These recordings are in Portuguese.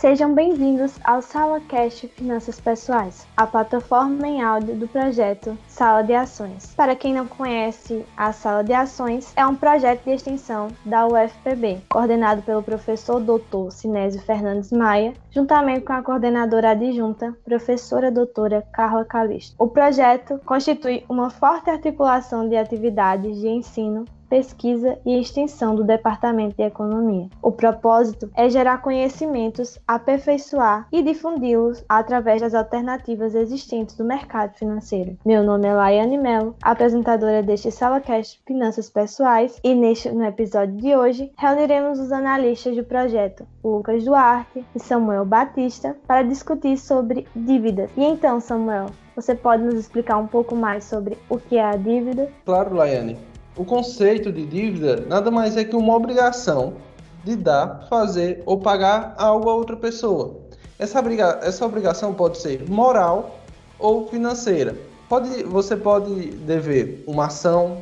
Sejam bem-vindos ao SalaCast Finanças Pessoais, a plataforma em áudio do projeto Sala de Ações. Para quem não conhece, a Sala de Ações é um projeto de extensão da UFPB, coordenado pelo professor Dr. Sinésio Fernandes Maia, juntamente com a coordenadora adjunta, professora doutora Carla Calisto. O projeto constitui uma forte articulação de atividades de ensino, pesquisa e extensão do Departamento de Economia. O propósito é gerar conhecimentos, aperfeiçoar e difundi-los através das alternativas existentes do mercado financeiro. Meu nome é Laiane Mello, apresentadora deste SalaCast Finanças Pessoais, e no episódio de hoje reuniremos os analistas do projeto, Lucas Duarte e Samuel Batista, para discutir sobre dívidas. E então, Samuel, você pode nos explicar um pouco mais sobre o que é a dívida? Claro, Laiane. O conceito de dívida nada mais é que uma obrigação de dar, fazer ou pagar algo a outra pessoa. Essa obrigação pode ser moral ou financeira. Você pode dever uma ação,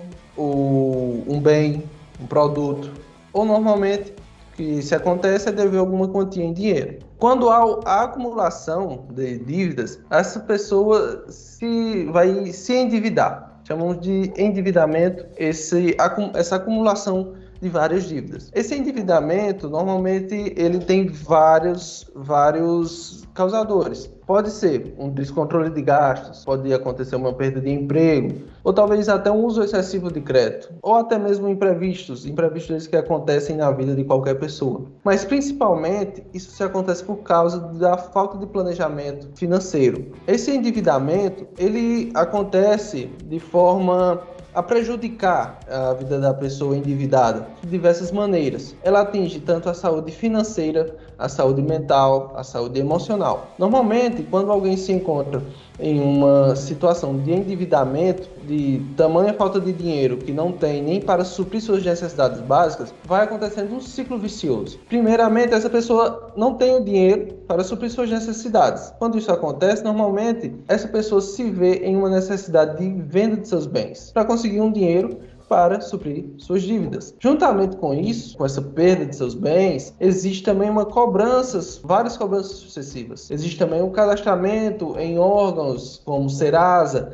ou um bem, um produto, ou normalmente, o que se acontece é dever alguma quantia em dinheiro. Quando há a acumulação de dívidas, essa pessoa vai se endividar. Chamamos de endividamento essa acumulação de várias dívidas. Esse endividamento, normalmente, ele tem vários causadores. Pode ser um descontrole de gastos, pode acontecer uma perda de emprego, ou talvez até um uso excessivo de crédito, ou até mesmo imprevistos que acontecem na vida de qualquer pessoa. Mas, principalmente, isso se acontece por causa da falta de planejamento financeiro. Esse endividamento, ele acontece de forma a prejudicar a vida da pessoa endividada de diversas maneiras. Ela atinge tanto a saúde financeira, a saúde mental, a saúde emocional. Normalmente, quando alguém se encontra em uma situação de endividamento, de tamanha falta de dinheiro que não tem nem para suprir suas necessidades básicas, vai acontecendo um ciclo vicioso. Primeiramente, essa pessoa não tem o dinheiro para suprir suas necessidades. Quando isso acontece, normalmente, essa pessoa se vê em uma necessidade de venda de seus bens para conseguir um dinheiro para suprir suas dívidas. Juntamente com isso, com essa perda de seus bens, existe também várias cobranças sucessivas. Existe também um cadastramento em órgãos como Serasa,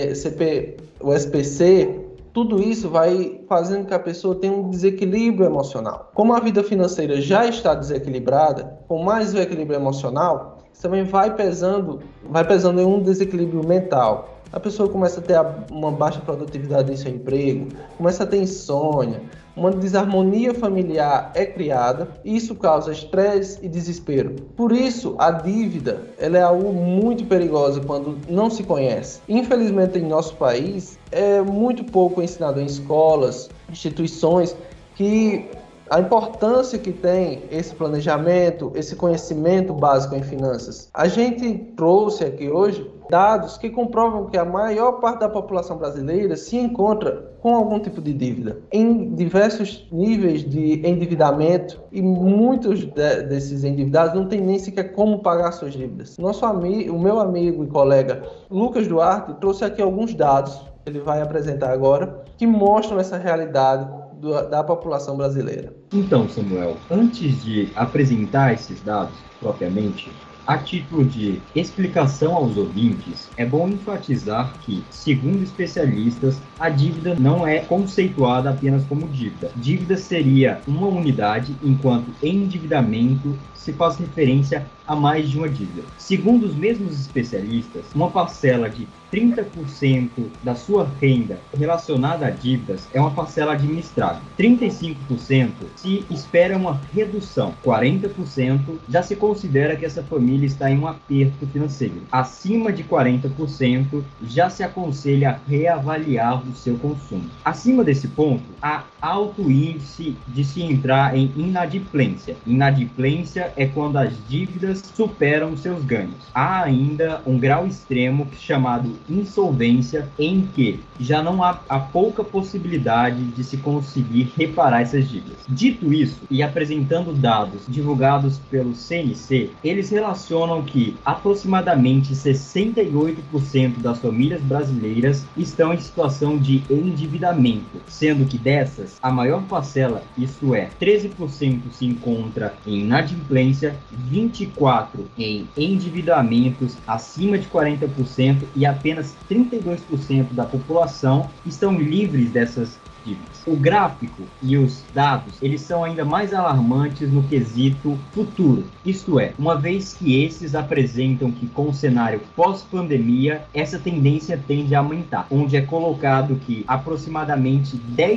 o SPC. Tudo isso vai fazendo que a pessoa tenha um desequilíbrio emocional. Como a vida financeira já está desequilibrada, com mais o equilíbrio emocional, isso também vai pesando em um desequilíbrio mental. A pessoa começa a ter uma baixa produtividade em seu emprego, começa a ter insônia, uma desarmonia familiar é criada e isso causa estresse e desespero. Por isso, a dívida ela é algo muito perigoso quando não se conhece. Infelizmente, em nosso país, é muito pouco ensinado em escolas, instituições, que a importância que tem esse planejamento, esse conhecimento básico em finanças. A gente trouxe aqui hoje dados que comprovam que a maior parte da população brasileira se encontra com algum tipo de dívida, em diversos níveis de endividamento, e muitos desses endividados não têm nem sequer como pagar suas dívidas. O meu amigo e colega Lucas Duarte trouxe aqui alguns dados, ele vai apresentar agora, que mostram essa realidade da população brasileira. Então, Samuel, antes de apresentar esses dados propriamente, a título de explicação aos ouvintes, é bom enfatizar que, segundo especialistas, a dívida não é conceituada apenas como dívida. Dívida seria uma unidade, enquanto endividamento se faz referência a mais de uma dívida. Segundo os mesmos especialistas, uma parcela de 30% da sua renda relacionada a dívidas é uma parcela administrável. 35% se espera uma redução. 40% já se considera que essa família está em um aperto financeiro. Acima de 40% já se aconselha a reavaliar o seu consumo. Acima desse ponto, há alto índice de se entrar em inadimplência. Inadimplência é quando as dívidas superam seus ganhos. Há ainda um grau extremo chamado insolvência em que já não há pouca possibilidade de se conseguir reparar essas dívidas. Dito isso, e apresentando dados divulgados pelo CNC, eles relacionam que aproximadamente 68% das famílias brasileiras estão em situação de endividamento, sendo que dessas, a maior parcela, isto é, 13% se encontra em inadimplência, 24% em endividamentos acima de 40% e apenas 32% da população estão livres dessas dívidas. O gráfico e os dados, eles são ainda mais alarmantes no quesito futuro. Isto é, uma vez que esses apresentam que com o cenário pós-pandemia, essa tendência tende a aumentar, onde é colocado que aproximadamente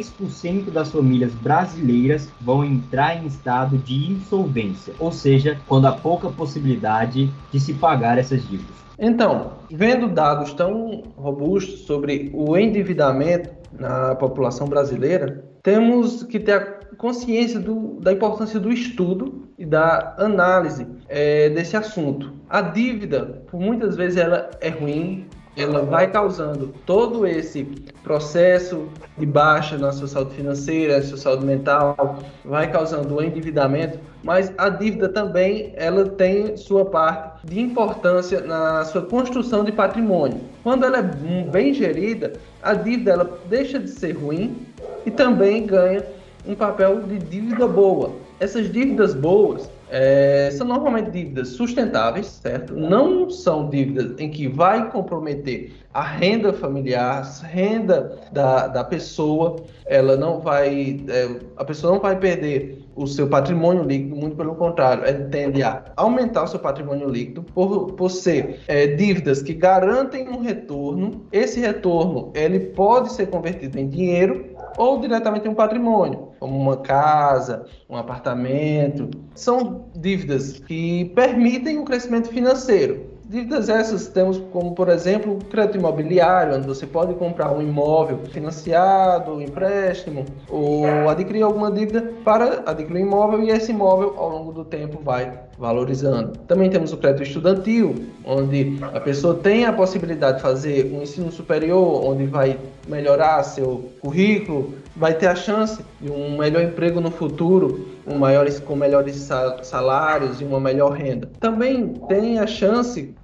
10% das famílias brasileiras vão entrar em estado de insolvência, ou seja, quando há pouca possibilidade de se pagar essas dívidas. Então, vendo dados tão robustos sobre o endividamento na população brasileira, temos que ter a consciência da importância do estudo e da análise desse assunto. A dívida, por muitas vezes, ela é ruim, ela vai causando todo esse processo de baixa na sua saúde financeira, na sua saúde mental, vai causando o endividamento, mas a dívida também ela tem sua parte de importância na sua construção de patrimônio. Quando ela é bem gerida, a dívida ela deixa de ser ruim e também ganha um papel de dívida boa. Essas dívidas boas são normalmente dívidas sustentáveis, certo? Não são dívidas em que vai comprometer a renda familiar, a renda da pessoa. Ela não vai, a pessoa não vai perder o seu patrimônio líquido, muito pelo contrário, ela tende a aumentar o seu patrimônio líquido por ser dívidas que garantem um retorno. Esse retorno ele pode ser convertido em dinheiro ou diretamente em um patrimônio, como uma casa, um apartamento. São dívidas que permitem o crescimento financeiro. Dívidas essas temos como, por exemplo, o crédito imobiliário, onde você pode comprar um imóvel financiado, um empréstimo, ou adquirir alguma dívida para adquirir um imóvel e esse imóvel, ao longo do tempo, vai valorizando. Também temos o crédito estudantil, onde a pessoa tem a possibilidade de fazer um ensino superior, onde vai melhorar seu currículo, vai ter a chance de um melhor emprego no futuro, com melhores salários e uma melhor renda. Também tem a chance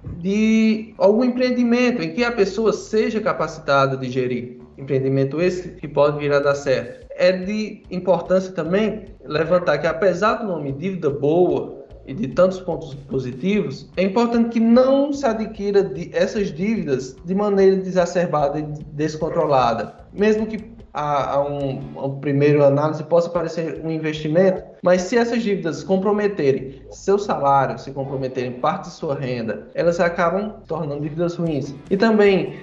de algum empreendimento em que a pessoa seja capacitada de gerir. Empreendimento esse que pode vir a dar certo. É de importância também levantar que, apesar do nome dívida boa e de tantos pontos positivos, é importante que não se adquira essas dívidas de maneira desacerbada e descontrolada. Mesmo que a primeira análise possa parecer um investimento, mas se essas dívidas comprometerem seu salário, se comprometerem parte de sua renda, elas acabam tornando dívidas ruins. E também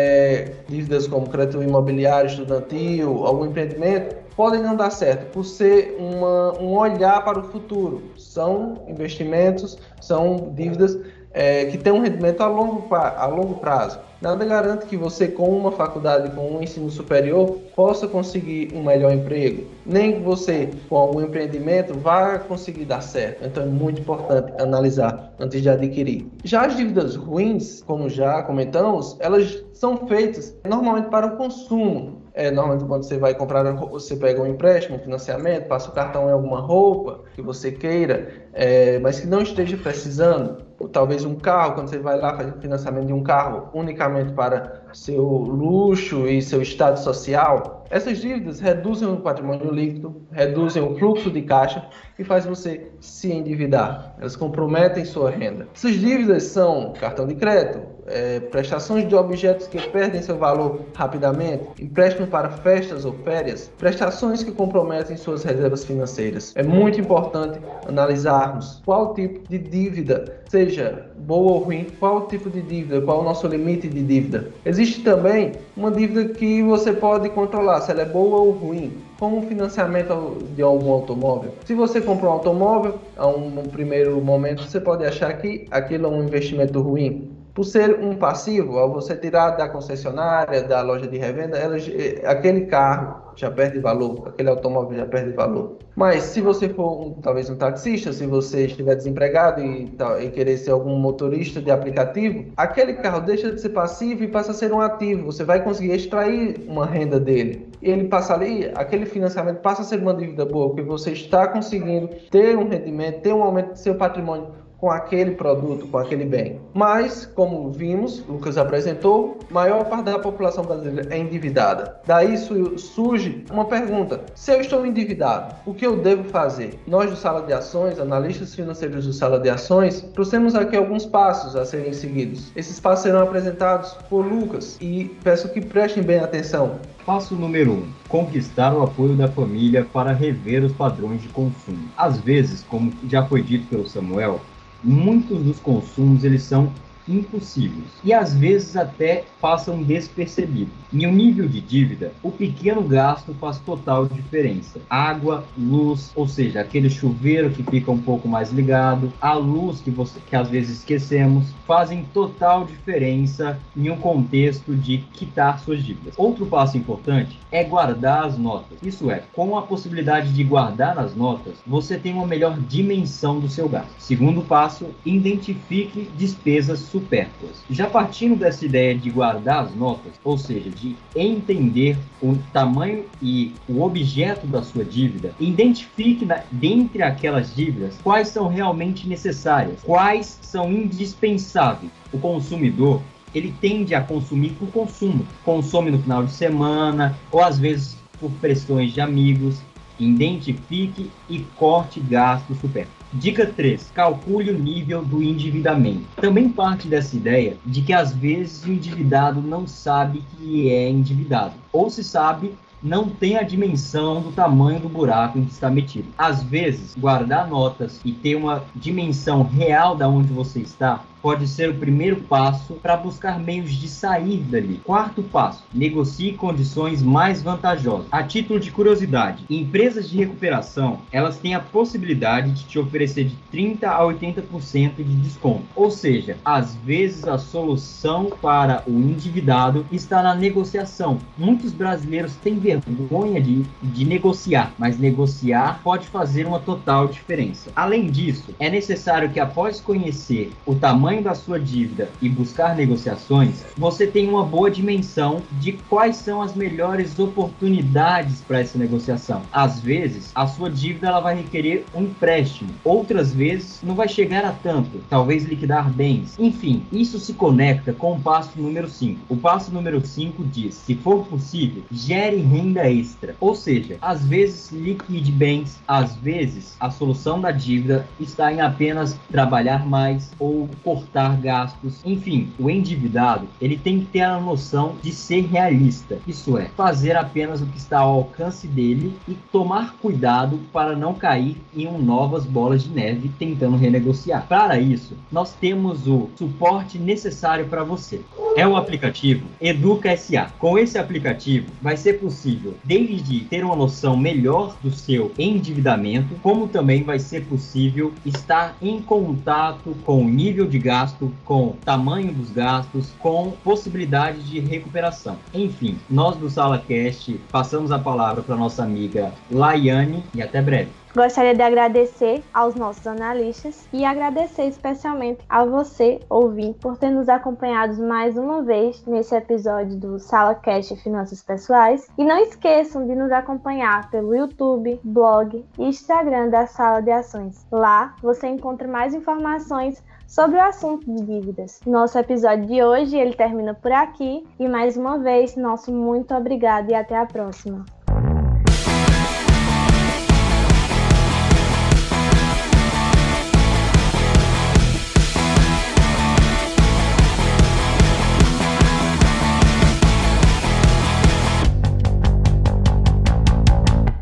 dívidas como crédito imobiliário, estudantil, algum empreendimento, podem não dar certo por ser um olhar para o futuro. São investimentos, são dívidas que têm um rendimento a longo prazo. Nada garante que você, com uma faculdade, com um ensino superior, possa conseguir um melhor emprego. Nem que você, com algum empreendimento, vá conseguir dar certo. Então é muito importante analisar antes de adquirir. Já as dívidas ruins, como já comentamos, elas são feitas normalmente para o consumo. Normalmente quando você vai comprar, você pega um empréstimo, um financiamento, passa o cartão em alguma roupa que você queira, mas que não esteja precisando. Ou talvez um carro, quando você vai lá fazer o financiamento de um carro unicamente para seu luxo e seu status social. Essas dívidas reduzem o patrimônio líquido, reduzem o fluxo de caixa e faz você se endividar. Elas comprometem sua renda. Essas dívidas são cartão de crédito, prestações de objetos que perdem seu valor rapidamente, empréstimo para festas ou férias, prestações que comprometem suas reservas financeiras. É muito importante analisarmos qual tipo de dívida, seja boa ou ruim, qual tipo de dívida, qual o nosso limite de dívida. Existe também uma dívida que você pode controlar, se ela é boa ou ruim, como o financiamento de algum automóvel. Se você comprou um automóvel, a um primeiro momento você pode achar que aquilo é um investimento ruim, Por ser um passivo, ao você tirar da concessionária, da loja de revenda, aquele carro já perde valor, aquele automóvel já perde valor. Mas se você for talvez um taxista, se você estiver desempregado e querer ser algum motorista de aplicativo, aquele carro deixa de ser passivo e passa a ser um ativo. Você vai conseguir extrair uma renda dele. Ele passa ali, aquele financiamento passa a ser uma dívida boa, porque você está conseguindo ter um rendimento, ter um aumento do seu patrimônio com aquele produto, com aquele bem. Mas, como vimos, Lucas apresentou, a maior parte da população brasileira é endividada. Daí surge uma pergunta: se eu estou endividado, o que eu devo fazer? Nós do Sala de Ações, analistas financeiros do Sala de Ações, trouxemos aqui alguns passos a serem seguidos. Esses passos serão apresentados por Lucas e peço que prestem bem atenção. Passo número 1. Conquistar o apoio da família para rever os padrões de consumo. Às vezes, como já foi dito pelo Samuel, muitos dos consumos eles são impossíveis e às vezes até passam despercebidos. Em um nível de dívida, o pequeno gasto faz total diferença. Água, luz, ou seja, aquele chuveiro que fica um pouco mais ligado, a luz que às vezes esquecemos, fazem total diferença em um contexto de quitar suas dívidas. Outro passo importante é guardar as notas. Isso é, com a possibilidade de guardar as notas, você tem uma melhor dimensão do seu gasto. Segundo passo, identifique despesas supérfluas. Já partindo dessa ideia de guardar as notas, ou seja, de entender o tamanho e o objeto da sua dívida, identifique dentre aquelas dívidas quais são realmente necessárias, quais são indispensáveis. O consumidor, ele tende a consumir por consumo, consome no final de semana ou às vezes por pressões de amigos. Identifique e corte gastos supérfluos. Dica 3. Calcule o nível do endividamento. Também parte dessa ideia de que às vezes o endividado não sabe que é endividado. Ou se sabe, não tem a dimensão do tamanho do buraco em que está metido. Às vezes, guardar notas e ter uma dimensão real de onde você está pode ser o primeiro passo para buscar meios de sair dali. Quarto passo, negocie condições mais vantajosas. A título de curiosidade, empresas de recuperação, elas têm a possibilidade de te oferecer de 30% a 80% de desconto. Ou seja, às vezes a solução para o endividado está na negociação. Muitos brasileiros têm vergonha de negociar, mas negociar pode fazer uma total diferença. Além disso, é necessário que após conhecer o tamanho da sua dívida e buscar negociações, você tenha uma boa dimensão de quais são as melhores oportunidades para essa negociação. Às vezes, a sua dívida ela vai requerer um empréstimo. Outras vezes, não vai chegar a tanto. Talvez liquidar bens. Enfim, isso se conecta com o passo número 5. O passo número 5 diz, se for possível, gere renda extra. Ou seja, às vezes liquide bens, às vezes a solução da dívida está em apenas trabalhar mais ou cortar gastos. Enfim, o endividado, ele tem que ter a noção de ser realista. Isso é, fazer apenas o que está ao alcance dele e tomar cuidado para não cair em novas bolas de neve tentando renegociar. Para isso, nós temos o suporte necessário para você. É o aplicativo Educa SA. Com esse aplicativo, vai ser possível desde ter uma noção melhor do seu endividamento, como também vai ser possível estar em contato com o nível de gasto, com o tamanho dos gastos, com possibilidade de recuperação. Enfim, nós do SalaCast passamos a palavra para nossa amiga Laiane e até breve. Gostaria de agradecer aos nossos analistas e agradecer especialmente a você, ouvinte, por ter nos acompanhado mais uma vez nesse episódio do SalaCast Finanças Pessoais. E não esqueçam de nos acompanhar pelo YouTube, blog e Instagram da Sala de Ações. Lá você encontra mais informações sobre o assunto de dívidas. Nosso episódio de hoje ele termina por aqui e mais uma vez nosso muito obrigado e até a próxima.